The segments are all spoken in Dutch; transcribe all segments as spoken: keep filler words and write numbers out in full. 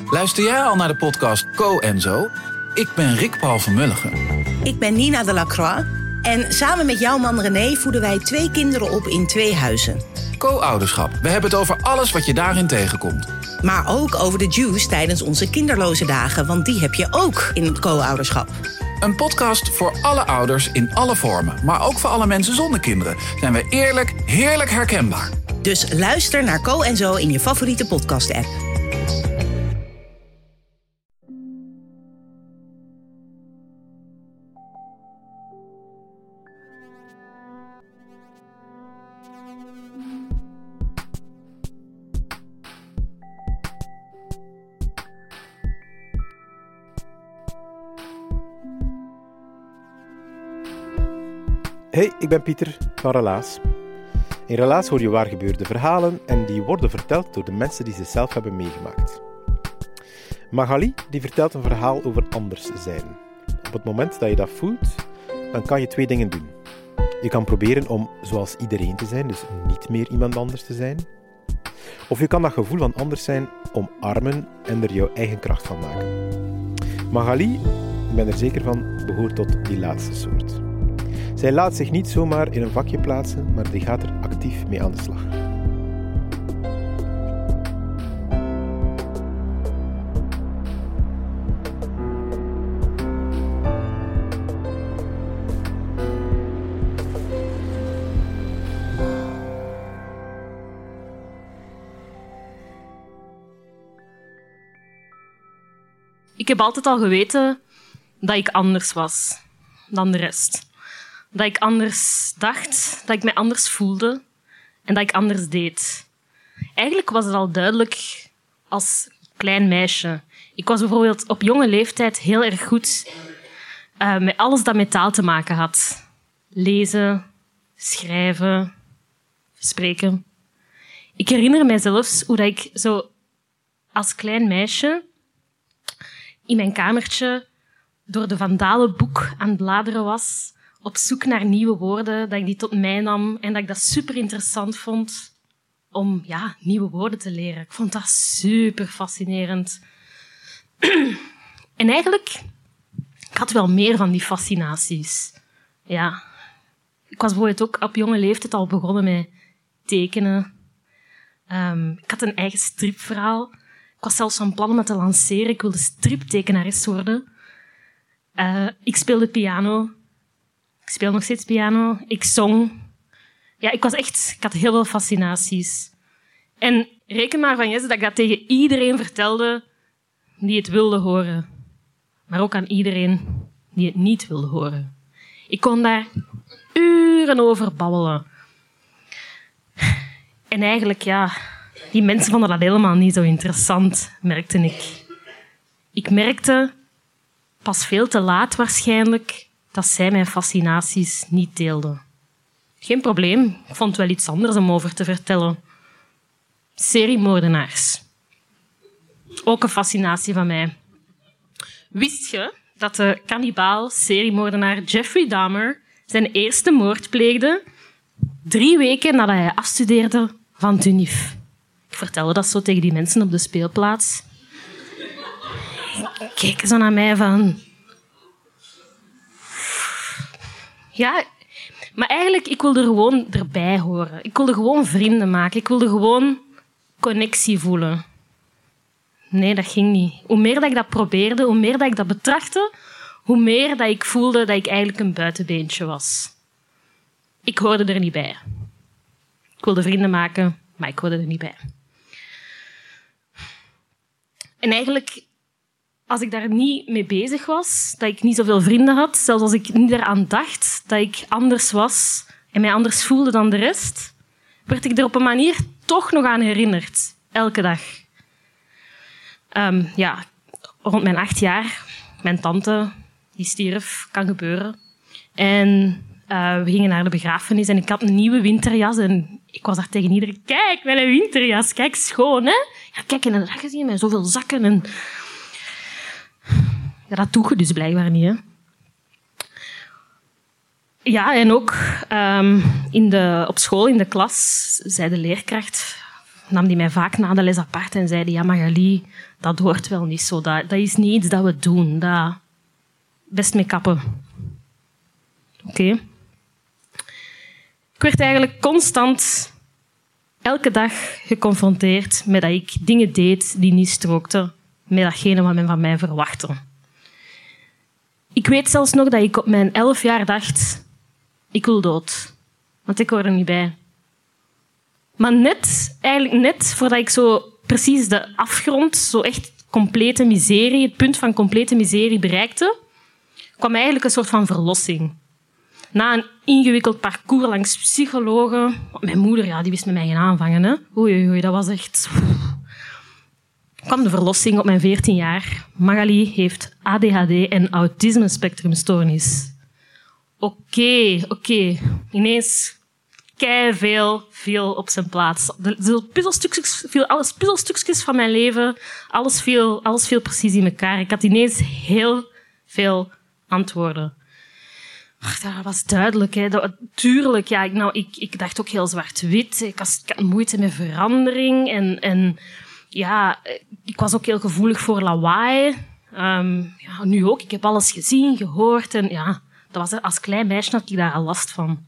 Luister jij al naar de podcast Co en Zo? Ik ben Rick Paul van Mulligen. Ik ben Nina de Lacroix. En samen met jouw man René voeden wij twee kinderen op in twee huizen. Co-ouderschap. We hebben het over alles wat je daarin tegenkomt. Maar ook over de juice tijdens onze kinderloze dagen. Want die heb je ook in het co-ouderschap. Een podcast voor alle ouders in alle vormen. Maar ook voor alle mensen zonder kinderen. Zijn we eerlijk, heerlijk herkenbaar. Dus luister naar Co en Zo in je favoriete podcast-app. Hey, ik ben Pieter van Relaas. In Relaas hoor je waar gebeurde verhalen en die worden verteld door de mensen die ze zelf hebben meegemaakt. Magali die vertelt een verhaal over anders zijn. Op het moment dat je dat voelt, dan kan je twee dingen doen. Je kan proberen om zoals iedereen te zijn, dus niet meer iemand anders te zijn. Of je kan dat gevoel van anders zijn omarmen en er jouw eigen kracht van maken. Magali, ik ben er zeker van, behoort tot die laatste soort. Zij laat zich niet zomaar in een vakje plaatsen, maar die gaat er actief mee aan de slag. Ik heb altijd al geweten dat ik anders was dan de rest. Dat ik anders dacht, dat ik mij anders voelde en dat ik anders deed. Eigenlijk was het al duidelijk als klein meisje. Ik was bijvoorbeeld op jonge leeftijd heel erg goed uh, met alles dat met taal te maken had. Lezen, schrijven, spreken. Ik herinner mij zelfs hoe dat ik zo als klein meisje in mijn kamertje door de Vandalenboek aan het bladeren was, op zoek naar nieuwe woorden, dat ik die tot mij nam en dat ik dat super interessant vond om ja, nieuwe woorden te leren. Ik vond dat super fascinerend. En eigenlijk, ik had wel meer van die fascinaties. Ja. Ik was bijvoorbeeld ook op jonge leeftijd al begonnen met tekenen. Um, ik had een eigen stripverhaal. Ik was zelfs van plan om het te lanceren. Ik wilde striptekenares worden. Uh, ik speelde piano. Ik speel nog steeds piano. Ik zong. Ja, ik was echt... Ik had heel veel fascinaties. En reken maar van Jesse dat ik dat tegen iedereen vertelde die het wilde horen. Maar ook aan iedereen die het niet wilde horen. Ik kon daar uren over babbelen. En eigenlijk, ja... Die mensen vonden dat helemaal niet zo interessant, merkte ik. Ik merkte, pas veel te laat waarschijnlijk, dat zij mijn fascinaties niet deelden. Geen probleem, ik vond wel iets anders om over te vertellen. Seriemoordenaars. Ook een fascinatie van mij. Wist je dat de kannibaal seriemoordenaar Jeffrey Dahmer zijn eerste moord pleegde drie weken nadat hij afstudeerde van de U N I F? Ik vertelde dat zo tegen die mensen op de speelplaats. Keken ze naar mij van... Ja, maar eigenlijk, ik wilde gewoon erbij horen. Ik wilde gewoon vrienden maken. Ik wilde gewoon connectie voelen. Nee, dat ging niet. Hoe meer dat ik dat probeerde, hoe meer dat ik dat betrachtte, hoe meer dat ik voelde dat ik eigenlijk een buitenbeentje was. Ik hoorde er niet bij. Ik wilde vrienden maken, maar ik hoorde er niet bij. En eigenlijk, als ik daar niet mee bezig was, dat ik niet zoveel vrienden had, zelfs als ik niet eraan dacht dat ik anders was en mij anders voelde dan de rest, werd ik er op een manier toch nog aan herinnerd. Elke dag. Um, ja, rond mijn acht jaar, mijn tante, die stierf, kan gebeuren. En uh, we gingen naar de begrafenis en ik had een nieuwe winterjas en ik was daar tegen iedereen. Kijk, mijn winterjas, kijk, schoon, hè? Ja, kijk, en dat gezien met zoveel zakken. En... Ja, dat doe je dus blijkbaar niet, hè? Ja, en ook um, in de, op school, in de klas, zei de leerkracht nam die mij vaak na de les apart en zei die, ja, Magali, dat hoort wel niet zo. Dat, dat is niet iets dat we doen. Dat... Best mee kappen. Oké. Okay. Ik werd eigenlijk constant, elke dag geconfronteerd met dat ik dingen deed die niet strookten met datgene wat men van mij verwachtte. Ik weet zelfs nog dat ik op mijn elf jaar dacht, ik wil dood. Want ik hoor er niet bij. Maar net, eigenlijk net voordat ik zo precies de afgrond, zo echt complete miserie, het punt van complete miserie bereikte, kwam eigenlijk een soort van verlossing. Na een ingewikkeld parcours langs psychologen... Mijn moeder, ja, die wist met mij geen aanvangen. Hè? Oei, oei, dat was echt... kwam de verlossing op mijn veertien jaar. Magali heeft A D H D en autisme-spectrumstoornis. Oké, okay, oké. Okay. Ineens keiveel viel op zijn plaats. De, de puzzelstukjes, viel alles puzzelstukjes van mijn leven. Alles viel, alles viel precies in elkaar. Ik had ineens heel veel antwoorden. Ach, dat was duidelijk. Hè. Dat, tuurlijk, ja, ik, nou, ik, ik dacht ook heel zwart-wit. Ik, was, ik had moeite met verandering. En, en ja, ik was ook heel gevoelig voor lawaai. Um, ja, nu ook. Ik heb alles gezien, gehoord. En ja, dat was, als klein meisje had ik daar al last van.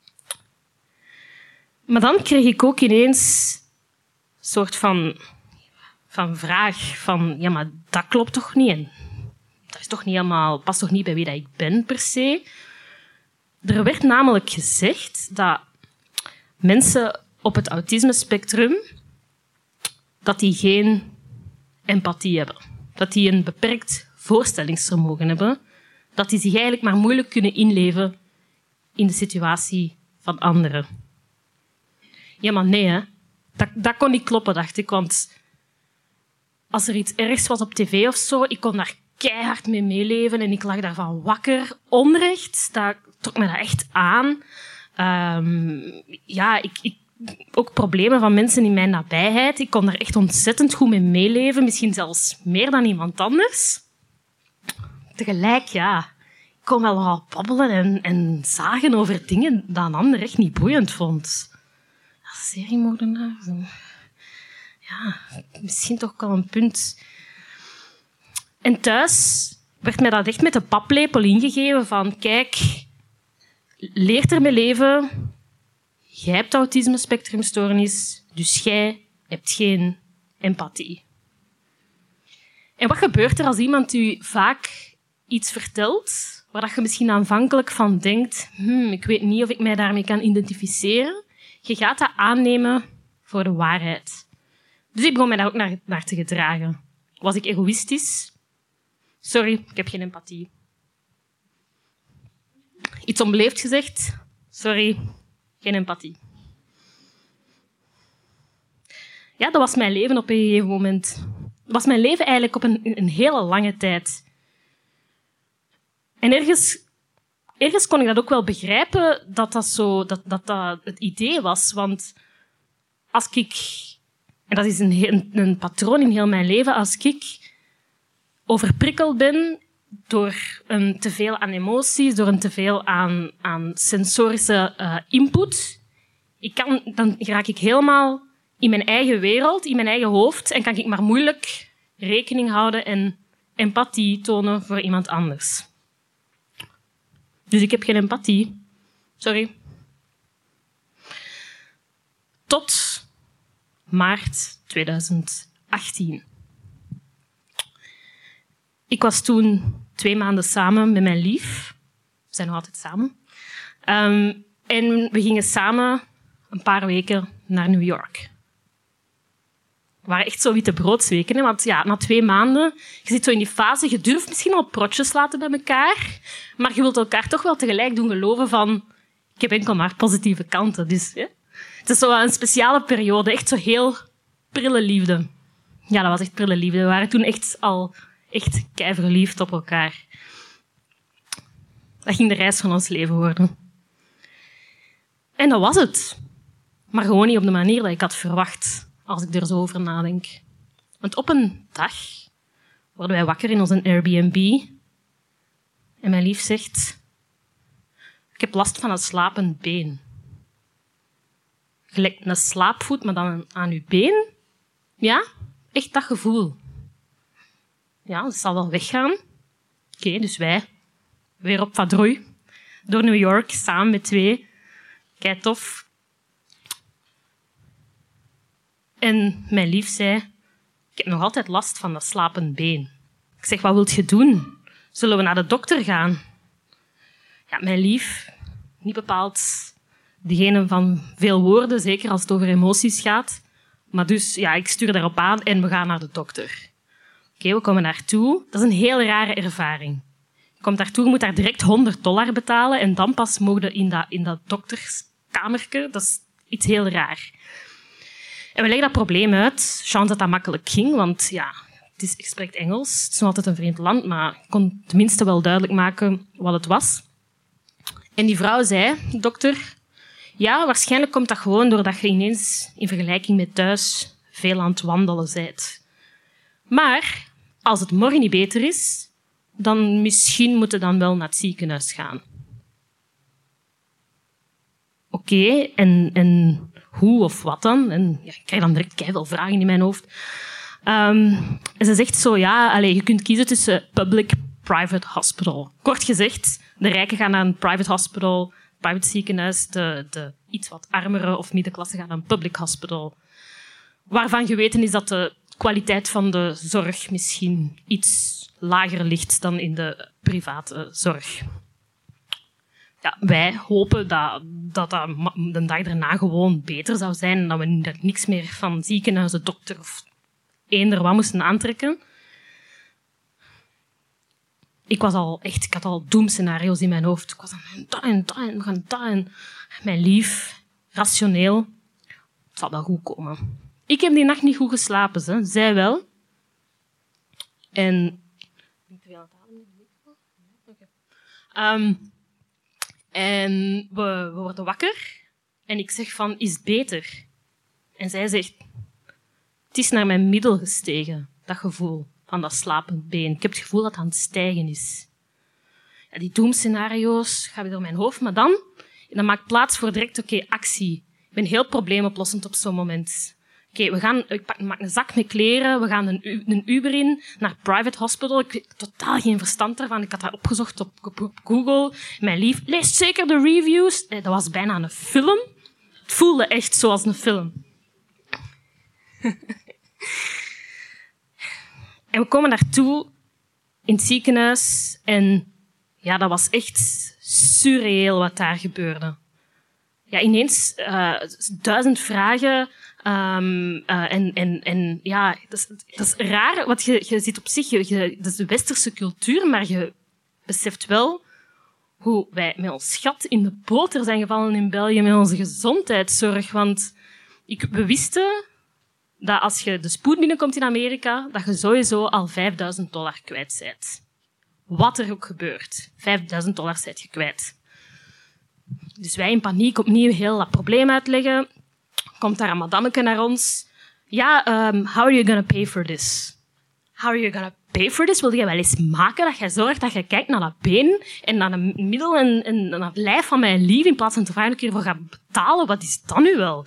Maar dan kreeg ik ook ineens een soort van, van vraag van... Ja, maar dat klopt toch niet? En dat is toch niet helemaal, past toch niet bij wie dat ik ben, per se? Er werd namelijk gezegd dat mensen op het autisme-spectrum dat die geen empathie hebben. Dat die een beperkt voorstellingsvermogen hebben. Dat die zich eigenlijk maar moeilijk kunnen inleven in de situatie van anderen. Ja, maar nee, hè. Dat, dat kon niet kloppen, dacht ik. Want als er iets ergs was op tv of zo, ik kon daar keihard mee meeleven en ik lag daarvan wakker. Onrecht, dat trok me dat echt aan. Um, ja, ik, ik, ook problemen van mensen in mijn nabijheid. Ik kon daar echt ontzettend goed mee meeleven. Misschien zelfs meer dan iemand anders. Tegelijk, ja, ik kon wel wat babbelen en, en zagen over dingen dat een ander echt niet boeiend vond. Ja, seriemoordenaar. Ja, misschien toch wel een punt. En thuis werd mij dat echt met de paplepel ingegeven van, kijk, leer ermee leven. Jij hebt autisme-spectrumstoornis, dus jij hebt geen empathie. En wat gebeurt er als iemand u vaak iets vertelt, waar je misschien aanvankelijk van denkt, hmm, ik weet niet of ik mij daarmee kan identificeren. Je gaat dat aannemen voor de waarheid. Dus ik begon mij daar ook naar, naar te gedragen. Was ik egoïstisch? Sorry, ik heb geen empathie. Iets onbeleefd gezegd? Sorry, geen empathie. Ja, dat was mijn leven op een gegeven moment. Dat was mijn leven eigenlijk op een, een hele lange tijd. En ergens, ergens kon ik dat ook wel begrijpen dat dat, zo, dat, dat dat het idee was. Want als ik... En dat is een, een, een patroon in heel mijn leven. Als ik overprikkeld ben door een teveel aan emoties, door een teveel aan, aan sensorische uh, input, ik kan, dan raak ik helemaal in mijn eigen wereld, in mijn eigen hoofd, en kan ik maar moeilijk rekening houden en empathie tonen voor iemand anders. Dus ik heb geen empathie. Sorry. Tot maart tweeduizend achttien. Ik was toen twee maanden samen met mijn lief. We zijn nog altijd samen. Um, en we gingen samen een paar weken naar New York. Het waren echt zo wittebroodsweken, hè? Want ja, na twee maanden, je zit zo in die fase, je durft misschien al protjes laten bij elkaar, maar je wilt elkaar toch wel tegelijk doen geloven van, ik heb enkel maar positieve kanten. Dus, hè? Het is zo een speciale periode, echt zo heel prille liefde. Ja, dat was echt prille liefde. We waren toen echt al echt keiverliefd op elkaar. Dat ging de reis van ons leven worden. En dat was het. Maar gewoon niet op de manier dat ik had verwacht, als ik er zo over nadenk. Want op een dag worden wij wakker in onze Airbnb en mijn lief zegt, ik heb last van een slapend been. gelijk een slaapvoet, maar dan aan je been. Ja, echt dat gevoel. Ja, dat zal wel weggaan. Oké, okay, dus wij weer op vadrouille door New York, samen met twee. Kei tof. En mijn lief zei, ik heb nog altijd last van dat slapend been. Ik zeg, wat wilt je doen? Zullen we naar de dokter gaan? Ja, mijn lief, niet bepaald degene van veel woorden, zeker als het over emoties gaat. Maar dus, ja, ik stuur daarop aan en we gaan naar de dokter. Oké, okay, we komen naartoe. Dat is een heel rare ervaring. Je komt daartoe, je moet daar direct honderd dollar betalen en dan pas mogen je in dat, in dat dokterskamertje. Dat is iets heel raar. En we leggen dat probleem uit. Chance dat dat makkelijk ging, want ja, het is, ik spreek Engels. Het is nog altijd een vreemd land, maar ik kon tenminste wel duidelijk maken wat het was. En die vrouw zei, dokter, ja, waarschijnlijk komt dat gewoon doordat je ineens in vergelijking met thuis veel aan het wandelen bent. Maar als het morgen niet beter is, dan misschien moet je dan wel naar het ziekenhuis gaan. Oké, okay, en, en hoe of wat dan? En ja, ik krijg dan direct keiveel vragen in mijn hoofd. Um, en ze zegt zo, ja, allez, je kunt kiezen tussen public-private hospital. Kort gezegd, de rijken gaan naar een private hospital, private ziekenhuis, de, de iets wat armere of middenklasse gaan naar een public hospital. Waarvan geweten is dat de kwaliteit van de zorg misschien iets lager ligt dan in de private zorg. Ja, wij hopen dat, dat dat de dag daarna gewoon beter zou zijn en dat we er niks meer van ziekenhuizen, dokter of eender wat moesten aantrekken. Ik was al echt, ik had al doemscenario's in mijn hoofd. Ik was aan dat en dat en we gaan dat en mijn lief, rationeel. Het zal wel goed komen. Ik heb die nacht niet goed geslapen, ze. Zij wel. En Um, en we, we worden wakker en ik zeg van, is het beter? En zij zegt, het is naar mijn middel gestegen, dat gevoel van dat slapend been. Ik heb het gevoel dat het aan het stijgen is. Ja, die doemscenario's gaan weer door mijn hoofd, maar dan, dan maak ik plaats voor direct, oké, okay, actie. Ik ben heel probleemoplossend op zo'n moment. Oké, okay, we gaan, ik pak, maak een zak met kleren, we gaan een, een Uber in naar private hospital. Ik heb totaal geen verstand daarvan. Ik had dat opgezocht op, op, op Google. Mijn lief, lees zeker de reviews. Dat was bijna een film. Het voelde echt zoals een film. En we komen daartoe in het ziekenhuis en ja, dat was echt surreëel wat daar gebeurde. Ja, ineens uh, duizend vragen. Um, uh, en, en, en ja, dat is, dat is raar, want je, je ziet op zich, je, je, dat is de westerse cultuur, maar je beseft wel hoe wij met ons gat in de boter zijn gevallen in België met onze gezondheidszorg. Want ik, we wisten dat als je de spoed binnenkomt in Amerika, dat je sowieso al vijfduizend dollar kwijt bent. Wat er ook gebeurt. vijfduizend dollar zet je kwijt. Dus wij in paniek opnieuw heel dat probleem uitleggen. Komt daar een madameke naar ons. Ja, um, how are you gonna pay for this? How are you gonna pay for this? Wil jij wel eens maken dat jij zorgt dat je kijkt naar dat been en naar de middel en, en naar het lijf van mijn lief in plaats van te vragen een keer voor gaan betalen? Wat is dat nu wel?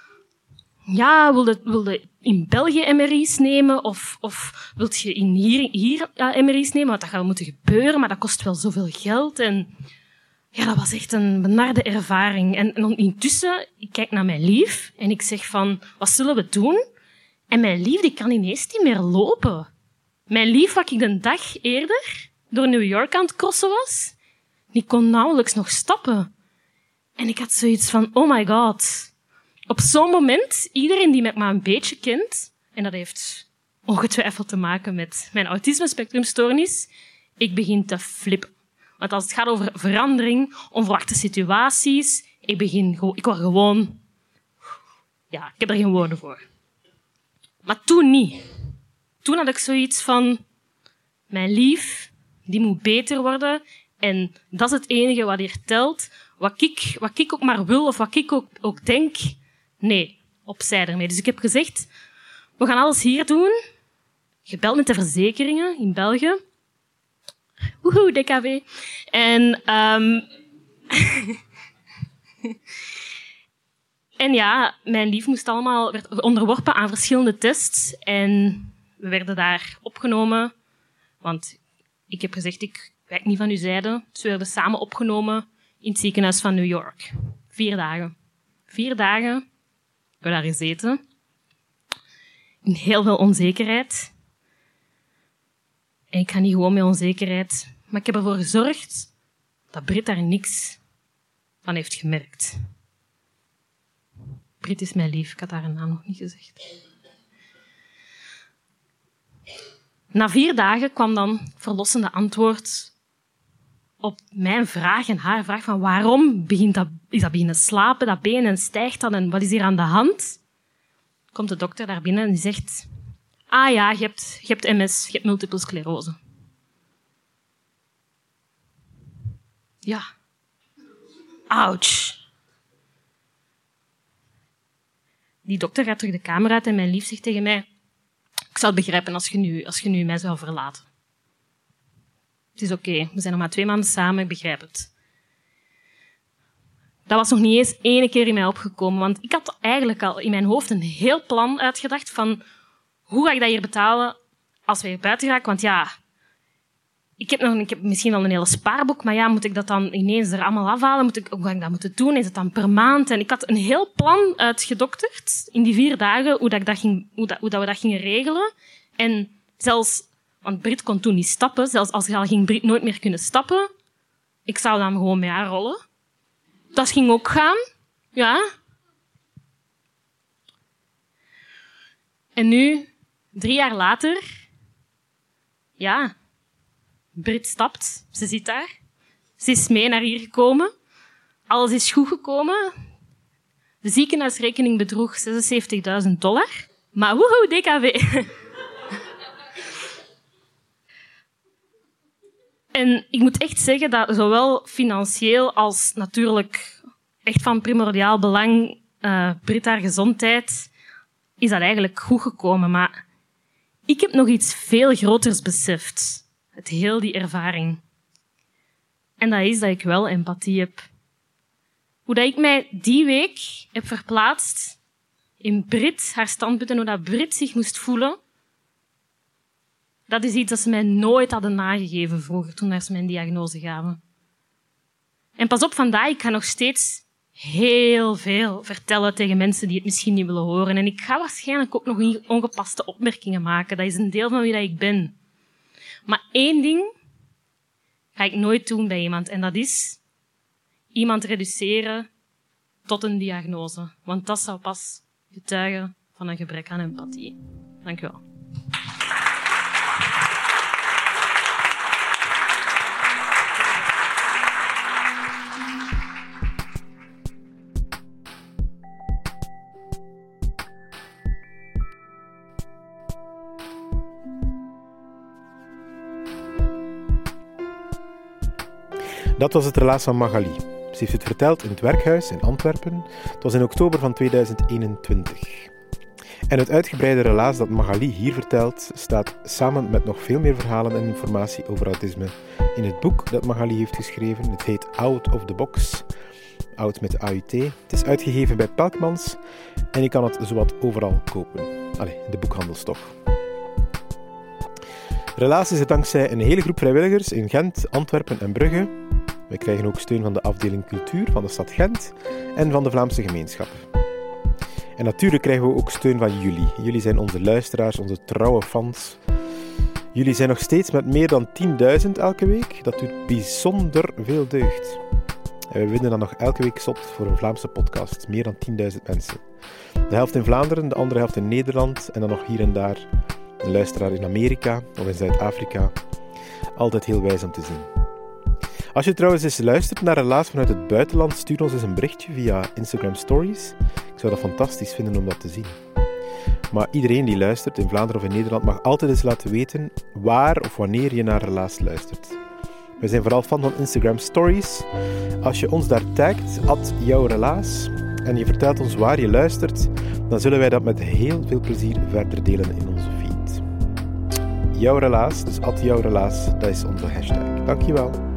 Ja, wil je, wil je in België M R I's nemen of, of wil je in hier, hier uh, M R I's nemen? Want dat gaat moeten gebeuren, maar dat kost wel zoveel geld. En ja, dat was echt een benarde ervaring. En, en intussen, ik kijk naar mijn lief en ik zeg van, wat zullen we doen? En mijn lief, die kan ineens niet meer lopen. Mijn lief, wat ik de dag eerder door New York aan het crossen was, die kon nauwelijks nog stappen. En ik had zoiets van, oh my god. Op zo'n moment, iedereen die mij maar een beetje kent, en dat heeft ongetwijfeld te maken met mijn autisme-spectrumstoornis, ik begin te flippen. Want als het gaat over verandering, onverwachte situaties, ik begin gewoon, ik word gewoon, ja, ik heb er geen woorden voor. Maar toen niet. Toen had ik zoiets van, mijn lief, die moet beter worden en dat is het enige wat hier telt. Wat ik, wat ik ook maar wil of wat ik ook, ook denk, nee, opzij ermee. Dus ik heb gezegd, we gaan alles hier doen. Gebeld met de verzekeringen in België. Woehoe, D K V. En, um, En ja, mijn lief moest allemaal, werd onderworpen aan verschillende tests. En we werden daar opgenomen. Want ik heb gezegd, ik wijk niet van uw zijde. Dus we werden samen opgenomen in het ziekenhuis van New York. Vier dagen. Vier dagen hebben we daar gezeten. In heel veel onzekerheid. En ik ga niet gewoon met onzekerheid. Maar ik heb ervoor gezorgd dat Brit daar niks van heeft gemerkt. Brit is mijn lief, ik had haar naam nog niet gezegd. Na vier dagen kwam dan het verlossende antwoord op mijn vraag en haar vraag van waarom begint dat, is dat beginnen slapen, dat been, en stijgt dat en wat is hier aan de hand? Komt de dokter daar binnen en die zegt, ah ja, je hebt, je hebt M S, je hebt multiple sclerose. Ja. Ouch. Die dokter gaat terug de kamer uit en mijn lief zegt tegen mij, ik zou het begrijpen als je nu, als je nu mij zou verlaten. Het is oké, okay. We zijn nog maar twee maanden samen, ik begrijp het. Dat was nog niet eens één keer in mij opgekomen, want ik had eigenlijk al in mijn hoofd een heel plan uitgedacht van hoe ga ik dat hier betalen als we hier buiten geraken, want ja, ik heb, nog, ik heb misschien wel een hele spaarboek, maar ja, moet ik dat dan ineens er allemaal afhalen? Moet ik, hoe ga ik dat moeten doen? Is het dan per maand? En ik had een heel plan uitgedokterd in die vier dagen, hoe, dat ik dat ging, hoe, dat, hoe dat we dat gingen regelen. En zelfs, want Brit kon toen niet stappen, zelfs als ik al ging Brit nooit meer kunnen stappen, ik zou dan gewoon met haar rollen. Dat ging ook gaan, ja. En nu, drie jaar later, ja... Brit stapt, ze zit daar. Ze is mee naar hier gekomen. Alles is goed gekomen. De ziekenhuisrekening bedroeg zesenzeventigduizend dollar. Maar woehoe, D K V. En ik moet echt zeggen dat zowel financieel als natuurlijk echt van primordiaal belang, uh, Brit haar gezondheid, is dat eigenlijk goed gekomen. Maar ik heb nog iets veel groters beseft. Het heel die ervaring. En dat is dat ik wel empathie heb. Hoe dat ik mij die week heb verplaatst in Brit, haar standpunt, en hoe dat Brit zich moest voelen, dat is iets dat ze mij nooit hadden nagegeven vroeger, toen ze mijn diagnose gaven. En pas op, vandaag, ik ga nog steeds heel veel vertellen tegen mensen die het misschien niet willen horen. En ik ga waarschijnlijk ook nog ongepaste opmerkingen maken. Dat is een deel van wie dat ik ben. Maar één ding ga ik nooit doen bij iemand. En dat is iemand reduceren tot een diagnose. Want dat zou pas getuigen van een gebrek aan empathie. Dank u wel. Dat was het relaas van Magali. Ze heeft het verteld in het werkhuis in Antwerpen. Het was in oktober van tweeduizend eenentwintig. En het uitgebreide relaas dat Magali hier vertelt, staat samen met nog veel meer verhalen en informatie over autisme in het boek dat Magali heeft geschreven. Het heet Out of the Box. Out met de A U T. Het is uitgegeven bij Pelkmans en je kan het zowat overal kopen. Allee, de boekhandels toch. Relaas is het dankzij een hele groep vrijwilligers in Gent, Antwerpen en Brugge. Wij krijgen ook steun van de afdeling cultuur van de stad Gent en van de Vlaamse gemeenschap. En natuurlijk krijgen we ook steun van jullie. Jullie zijn onze luisteraars, onze trouwe fans. Jullie zijn nog steeds met meer dan tienduizend elke week. Dat doet bijzonder veel deugd. En we winnen dan nog elke week zot voor een Vlaamse podcast. Meer dan tienduizend mensen. De helft in Vlaanderen, de andere helft in Nederland en dan nog hier en daar een luisteraar in Amerika of in Zuid-Afrika. Altijd heel wijs om te zien. Als je trouwens eens luistert naar Relaas vanuit het buitenland, stuur ons eens een berichtje via Instagram Stories. Ik zou dat fantastisch vinden om dat te zien. Maar iedereen die luistert, in Vlaanderen of in Nederland, mag altijd eens laten weten waar of wanneer je naar Relaas luistert. We zijn vooral fan van Instagram Stories. Als je ons daar tagt, at jouw relaas, en je vertelt ons waar je luistert, dan zullen wij dat met heel veel plezier verder delen in onze feed. Jouw relaas, dus at jouw relaas, dat is onze hashtag. Dankjewel.